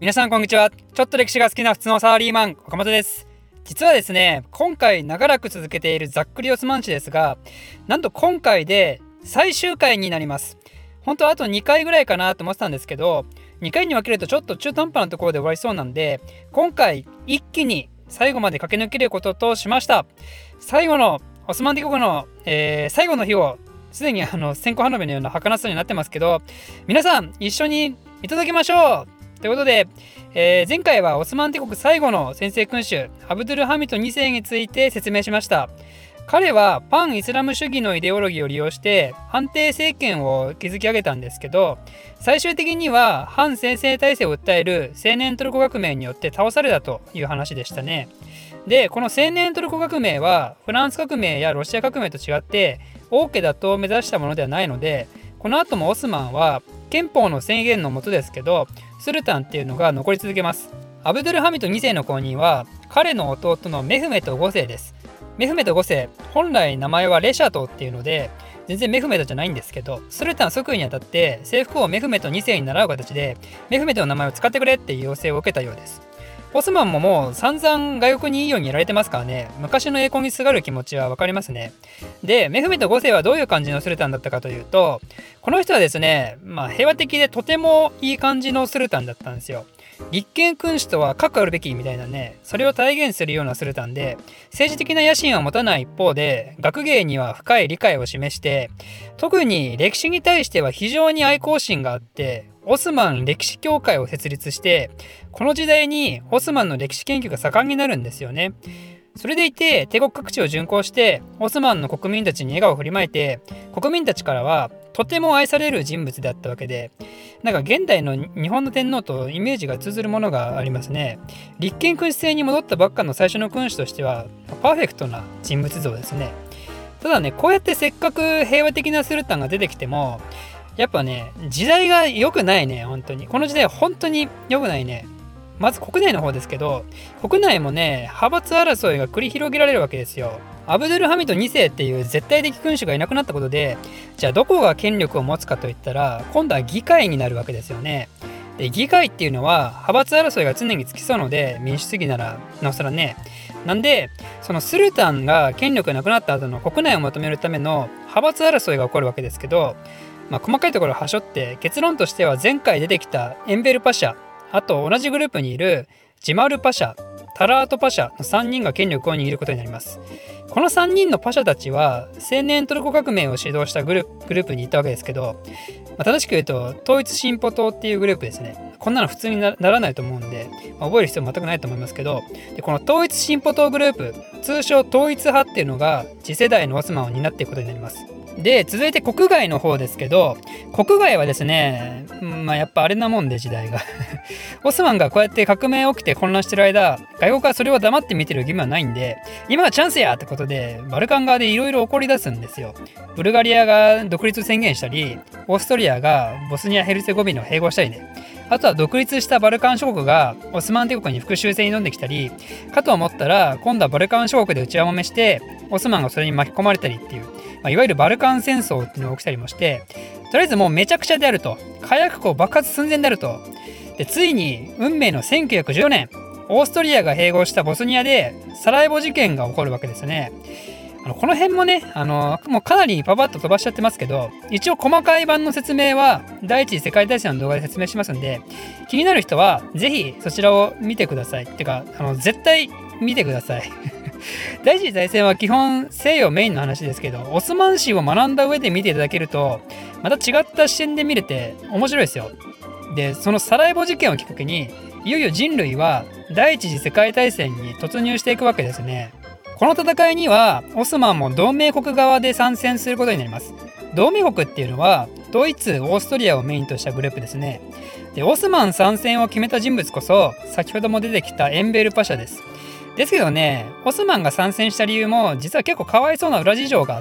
皆さんこんにちは。ちょっと歴史が好きな普通のサラリーマン岡本です。実はですね、今回長らく続けているざっくりオスマン史ですが、なんと今回で最終回になります。本当はあと2回ぐらいかなと思ってたんですけど、2回に分けるとちょっと中途半端なところで終わりそうなんで、今回一気に最後まで駆け抜けることとしました。最後のオスマン帝国の、最後の日をすでに線香花火のような儚さになってますけど、皆さん一緒にいただきましょうということで、前回はオスマン帝国最後の専制君主アブドゥルハミド2世について説明しました。彼はパンイスラム主義のイデオロギーを利用して安定政権を築き上げたんですけど、最終的には反専制体制を訴える青年トルコ革命によって倒されたという話でしたね。で、この青年トルコ革命はフランス革命やロシア革命と違って王家打倒を目指したものではないので、この後もオスマンは憲法の宣言のもとですけどスルタンっていうのが残り続けます。アブドゥルハミド2世の後任は彼の弟のメフメト5世です。メフメト5世、本来名前はレシャトっていうので全然メフメトじゃないんですけど、スルタン即位にあたって征服王メフメト2世に倣う形でメフメトの名前を使ってくれっていう要請を受けたようです。オスマンももう散々外国にいいようにやられてますからね、昔の栄光にすがる気持ちは分かりますね。で、メフメト5世はどういう感じのスルタンだったかというと、この人はですね、平和的でとてもいい感じのスルタンだったんですよ。立憲君主とは核あるべきみたいなね、それを体現するようなスルタンで、政治的な野心は持たない一方で学芸には深い理解を示して、特に歴史に対しては非常に愛好心があって、オスマン歴史協会を設立して、この時代にオスマンの歴史研究が盛んになるんですよね。それでいて帝国各地を巡行してオスマンの国民たちに笑顔を振りまいて、国民たちからはとても愛される人物であったわけで、なんか現代の日本の天皇とイメージが通ずるものがありますね。立憲君主制に戻ったばっかの最初の君主としてはパーフェクトな人物像ですね。ただね、こうやってせっかく平和的なスルタンが出てきても、やっぱね、時代が良くないね。本当にこの時代は本当に良くないね。まず国内の方ですけど、国内もね、派閥争いが繰り広げられるわけですよ。アブドゥルハミド2世っていう絶対的君主がいなくなったことで、じゃあどこが権力を持つかといったら、今度は議会になるわけですよね。で、議会っていうのは派閥争いが常につきそうので、民主主義ならなおさらね。なんで、そのスルタンが権力がなくなった後の国内をまとめるための派閥争いが起こるわけですけど、細かいところをはしょって結論としては、前回出てきたエンベルパシャ、あと同じグループにいるジマルパシャ、タラートパシャの3人が権力を握ることになります。この3人のパシャたちは青年トルコ革命を指導したグループにいたわけですけど、正しく言うと統一進歩党っていうグループですね。こんなの普通に ならないと思うんで、覚える必要全くないと思いますけど、でこの統一進歩党グループ、通称統一派っていうのが次世代のオスマンを担っていくことになります。で、続いて国外の方ですけど、国外はですね、やっぱあれなもんで時代がオスマンがこうやって革命起きて混乱してる間、外国はそれを黙って見てる義務はないんで、今はチャンスやってことでバルカン側でいろいろ起こり出すんですよ。ブルガリアが独立宣言したり、オーストリアがボスニア・ヘルツェゴビナを併合したりね、あとは独立したバルカン諸国がオスマン帝国に復讐戦に挑んできたり、かと思ったら今度はバルカン諸国で内輪もめしてオスマンがそれに巻き込まれたりっていう、いわゆるバルカン戦争っていうのが起きたりもして、とりあえずもうめちゃくちゃであると、火薬庫爆発寸前であると。で、ついに運命の1914年、オーストリアが併合したボスニアでサラエボ事件が起こるわけですね。この辺もね、もうかなりパパッと飛ばしちゃってますけど、一応細かい版の説明は第一次世界大戦の動画で説明しますんで、気になる人はぜひそちらを見てください。ってか絶対見てください第一次大戦は基本西洋メインの話ですけど、オスマン史を学んだ上で見ていただけるとまた違った視点で見れて面白いですよ。で、そのサラエボ事件をきっかけにいよいよ人類は第一次世界大戦に突入していくわけですね。この戦いにはオスマンも同盟国側で参戦することになります。同盟国っていうのはドイツ、オーストリアをメインとしたグループですね。で、オスマン参戦を決めた人物こそ先ほども出てきたエンベルパシャです。ですけどね、オスマンが参戦した理由も実は結構かわいそうな裏事情があって、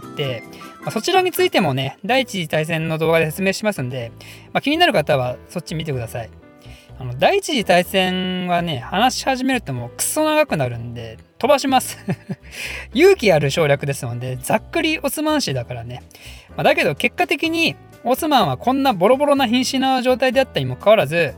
そちらについてもね、第一次大戦の動画で説明しますんで、気になる方はそっち見てください。第一次大戦はね、話し始めるともうクソ長くなるんで飛ばします勇気ある省略ですので、ざっくりオスマン史だからね。だけど結果的にオスマンはこんなボロボロな瀕死な状態であったにもかかわらず、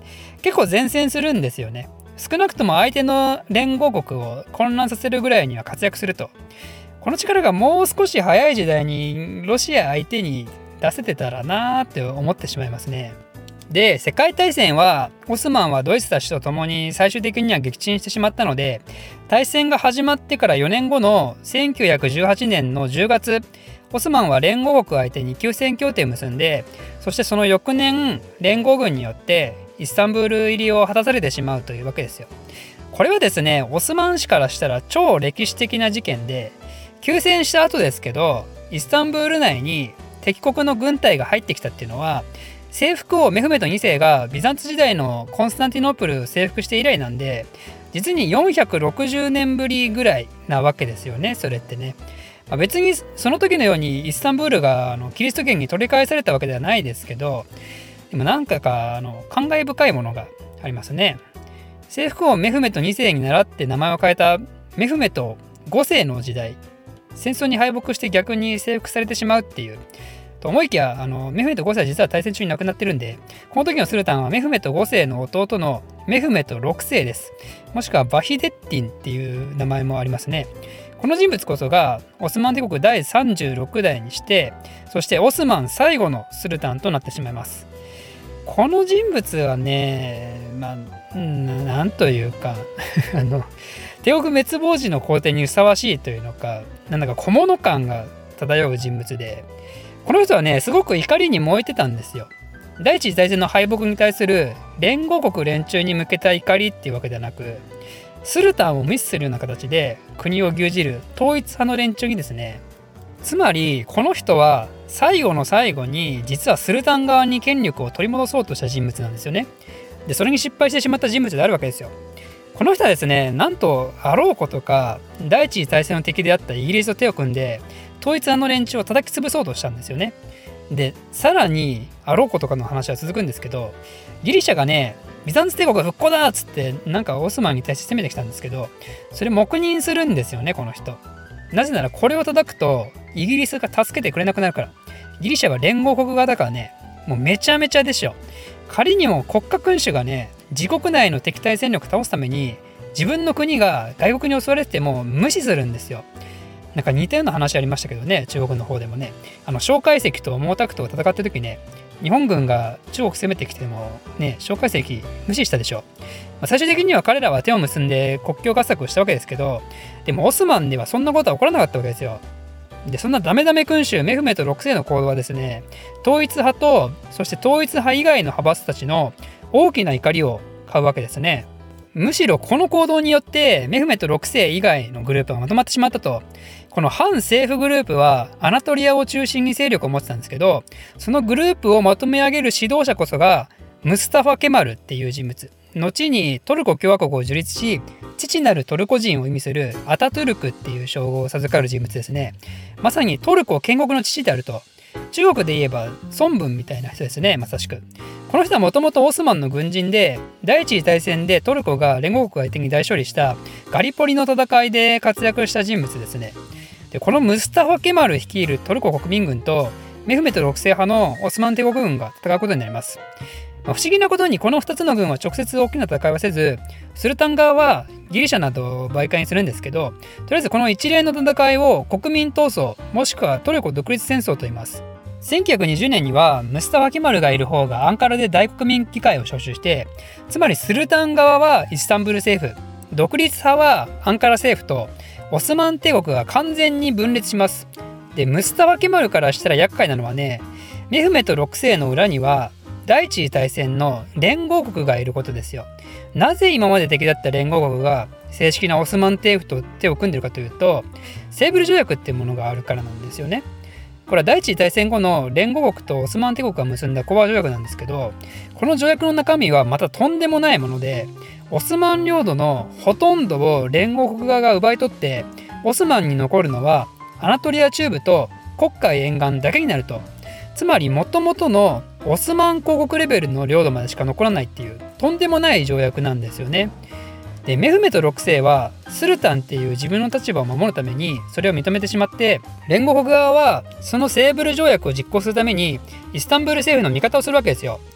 結構善戦するんですよね。少なくとも相手の連合国を混乱させるぐらいには活躍すると。この力がもう少し早い時代にロシア相手に出せてたらなーって思ってしまいますね。で、世界大戦はオスマンはドイツたちと共に最終的には撃沈してしまったので、大戦が始まってから4年後の1918年の10月、オスマンは連合国相手に休戦協定を結んで、そしてその翌年連合軍によってイスタンブール入りを果たされてしまうというわけですよ。これはですね、オスマン氏からしたら超歴史的な事件で、休戦した後ですけど、イスタンブール内に敵国の軍隊が入ってきたっていうのは、征服王メフメト2世がビザンツ時代のコンスタンティノープルを征服して以来なんで、実に460年ぶりぐらいなわけですよね、それってね。別にその時のようにイスタンブールがキリスト圏に取り返されたわけではないですけど、でもなんか感慨深いものがありますね。征服王メフメト2世に倣って名前を変えたメフメト5世の時代、戦争に敗北して逆に征服されてしまうっていうと思いきや、メフメト5世は実は大戦中に亡くなってるんで、この時のスルタンはメフメト5世の弟のメフメト6世です。もしくはバヒデッティンっていう名前もありますね。この人物こそがオスマン帝国第36代にして、そしてオスマン最後のスルタンとなってしまいます。この人物はね、なんというか帝国滅亡時の皇帝にふさわしいというのか、なんだか小物感が漂う人物で、この人はね、すごく怒りに燃えてたんですよ。第一次大戦の敗北に対する連合国連中に向けた怒りっていうわけではなく、スルタンを無視するような形で国を牛耳る統一派の連中にですね、つまりこの人は最後の最後に実はスルタン側に権力を取り戻そうとした人物なんですよね。で、それに失敗してしまった人物であるわけですよ。この人はですね、なんとあろうことか第一次大戦の敵であったイギリスと手を組んで統一派の連中を叩き潰そうとしたんですよね。で、さらにあろうことかの話は続くんですけど、ギリシャがね、ビザンツ帝国復興だっつってなんかオスマンに対して攻めてきたんですけど、それ黙認するんですよね、この人。なぜならこれを叩くとイギリスが助けてくれなくなるから。ギリシャは連合国側だからね、もうめちゃめちゃでしょ。仮にも国家君主がね、自国内の敵対勢力を倒すために自分の国が外国に襲われてても無視するんですよ。なんか似たような話ありましたけどね、中国の方でもね、蒋介石と毛沢東が戦った時ね、日本軍が中国攻めてきてもね、蒋介石無視したでしょ。最終的には彼らは手を結んで国境合作をしたわけですけど、でもオスマンではそんなことは起こらなかったわけですよ。で、そんなダメダメ君主メフメト6世の行動はですね、統一派とそして統一派以外の派閥たちの大きな怒りを買うわけですね。むしろこの行動によってメフメト6世以外のグループがまとまってしまったと。この反政府グループはアナトリアを中心に勢力を持ってたんですけど、そのグループをまとめ上げる指導者こそがムスタファ・ケマルっていう人物。後にトルコ共和国を樹立し、父なるトルコ人を意味するアタトゥルクっていう称号を授かる人物ですね。まさにトルコ建国の父であると。中国で言えば孫文みたいな人ですね、まさしく。この人はもともとオスマンの軍人で、第一次大戦でトルコが連合国相手に大勝利したガリポリの戦いで活躍した人物ですね。で、このムスタファ・ケマル率いるトルコ国民軍とメフメト6世派のオスマン帝国軍が戦うことになります。不思議なことにこの2つの軍は直接大きな戦いはせず、スルタン側はギリシャなどを媒介にするんですけど、とりあえずこの一連の戦いを国民闘争もしくはトルコ独立戦争と言います。1920年にはムスタファ・ケマルがいる方がアンカラで大国民議会を招集して、つまりスルタン側はイスタンブール政府、独立派はアンカラ政府とオスマン帝国が完全に分裂します。で、ムスタファ・ケマルからしたら厄介なのはね、メフメト6世の裏には第一次大戦の連合国がいることですよ。なぜ今まで敵だった連合国が正式なオスマン帝府と手を組んでいるかというと、セーブル条約っていうものがあるからなんですよね。これは第一次大戦後の連合国とオスマン帝国が結んだ講和条約なんですけど、この条約の中身はまたとんでもないもので、オスマン領土のほとんどを連合国側が奪い取って、オスマンに残るのはアナトリア中部と黒海沿岸だけになると。つまり元々のオスマン公国レベルの領土までしか残らないっていうとんでもない条約なんですよね。で、メフメト6世はスルタンっていう自分の立場を守るためにそれを認めてしまって、連合国側はそのセーブル条約を実行するためにイスタンブール政府の味方をするわけですよ。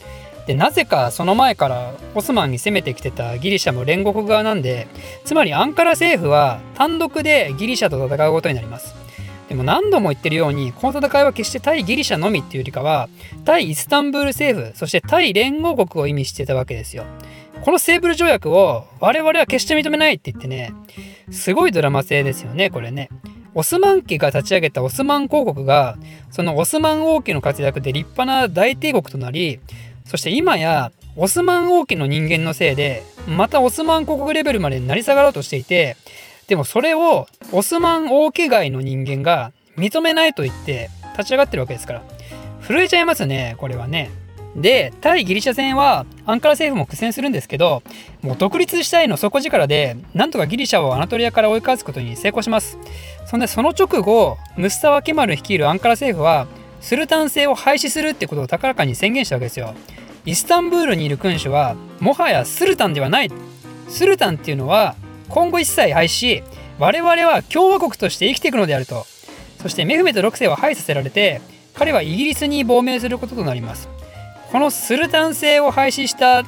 でなぜかその前からオスマンに攻めてきてたギリシャも連合国側なんで、つまりアンカラ政府は単独でギリシャと戦うことになります。でも何度も言ってるように、この戦いは決して対ギリシャのみっていうよりかは対イスタンブール政府、そして対連合国を意味してたわけですよ。このセーブル条約を我々は決して認めないって言ってね、すごいドラマ性ですよね、これね。オスマン家が立ち上げたオスマン公国が、そのオスマン王家の活躍で立派な大帝国となり、そして今やオスマン王家の人間のせいでまたオスマン国レベルまで成り下がろうとしていて、でもそれをオスマン王家外の人間が認めないと言って立ち上がってるわけですから、震えちゃいますね、これはね。で、対ギリシャ戦はアンカラ政府も苦戦するんですけど、もう独立したいの底力でなんとかギリシャをアナトリアから追い返すことに成功します。そんでその直後、ムスタワ・ケマル率いるアンカラ政府はスルタン制を廃止するってことを高らかに宣言したわけですよ。イスタンブールにいる君主はもはやスルタンではない。スルタンっていうのは今後一切廃止し、我々は共和国として生きていくのであると。そしてメフメト6世は廃させられて、彼はイギリスに亡命することとなります。このスルタン制を廃止した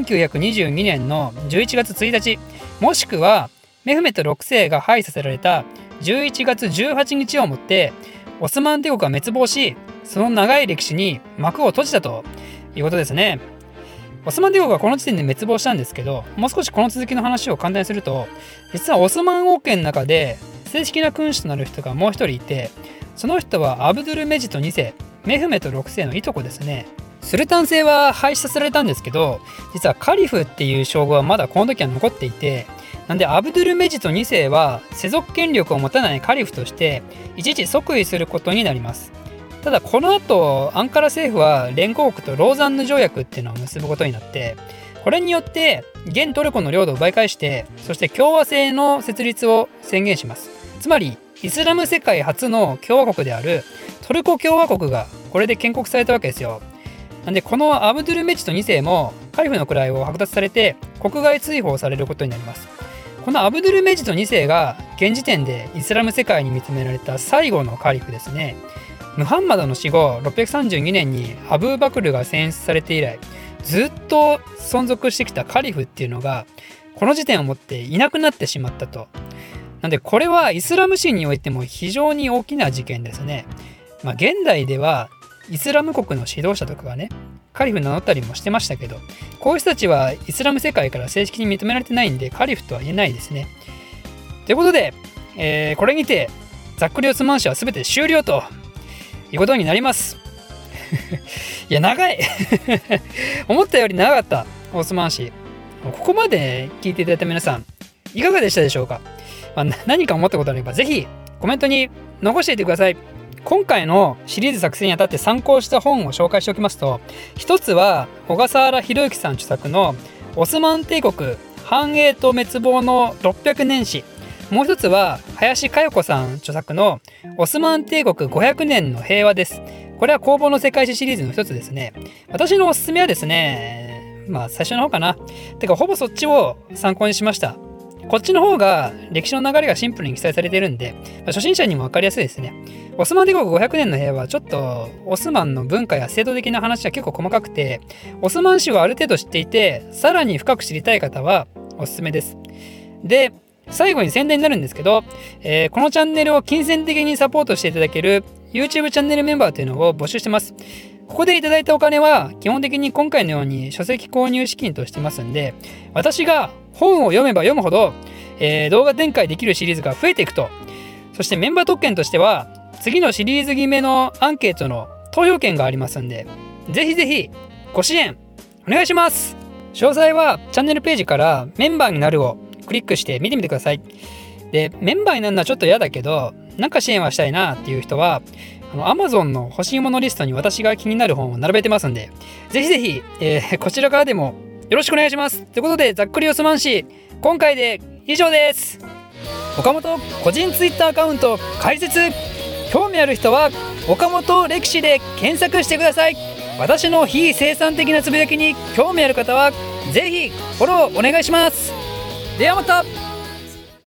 1922年の11月1日、もしくはメフメト6世が廃させられた11月18日をもってオスマン帝国は滅亡し、その長い歴史に幕を閉じたということですね。オスマン帝国はこの時点で滅亡したんですけど、もう少しこの続きの話を簡単にすると、実はオスマン王家の中で正式な君主となる人がもう一人いて、その人はアブドゥルメジト2世、メフメト6世のいとこですね。スルタン制は廃止されたんですけど、実はカリフっていう称号はまだこの時は残っていて、なんでアブドゥルメジト2世は世俗権力を持たないカリフとして一時即位することになります。ただこの後アンカラ政府は連合国とローザンヌ条約っていうのを結ぶことになって、これによって現トルコの領土を奪い返して、そして共和制の設立を宣言します。つまりイスラム世界初の共和国であるトルコ共和国がこれで建国されたわけですよ。なんでこのアブドゥルメジト2世もカリフの位を剥奪されて国外追放されることになります。このアブドゥルメジト2世が現時点でイスラム世界に認められた最後のカリフですね。ムハンマドの死後632年にアブーバクルが選出されて以来、ずっと存続してきたカリフっていうのがこの時点をもっていなくなってしまったと。なんでこれはイスラム史においても非常に大きな事件ですね。現代ではイスラム国の指導者とかがね、カリフ名乗ったりもしてましたけど、こういう人たちはイスラム世界から正式に認められてないんでカリフとは言えないですね。ということで、これにてざっくりオスマン史は全て終了ということになりますいや長い思ったより長かったオスマン史。ここまで聞いていただいた皆さんいかがでしたでしょうか。何か思ったことあればぜひコメントに残していてください。今回のシリーズ作成にあたって参考した本を紹介しておきますと、一つは小笠原弘之さん著作のオスマン帝国繁栄と滅亡の600年史、もう一つは林佳代子さん著作のオスマン帝国500年の平和です。これは攻防の世界史シリーズの一つですね。私のおすすめはですね、最初の方かな。てかほぼそっちを参考にしました。こっちの方が歴史の流れがシンプルに記載されているんで、初心者にも分かりやすいですね。オスマン帝国500年の平和はちょっとオスマンの文化や制度的な話は結構細かくて、オスマン史をある程度知っていてさらに深く知りたい方はおすすめです。で、最後に宣伝になるんですけど、このチャンネルを金銭的にサポートしていただける YouTube チャンネルメンバーというのを募集してます。ここでいただいたお金は基本的に今回のように書籍購入資金としてますんで、私が本を読めば読むほど、動画展開できるシリーズが増えていくと。そしてメンバー特権としては次のシリーズ決めのアンケートの投票権がありますんで、ぜひぜひご支援お願いします。詳細はチャンネルページからメンバーになるをクリックして見てみてください。で、メンバーになるのはちょっと嫌だけどなんか支援はしたいなっていう人はAmazon の欲しいものリストに私が気になる本を並べてますんで、ぜひぜひ、こちらからでもよろしくお願いします。ということでざっくりオスマン史今回で以上です。岡本個人ツイッターアカウント開設。興味ある人は岡本歴史で検索してください。私の非生産的なつぶやきに興味ある方はぜひフォローお願いします。ではまた。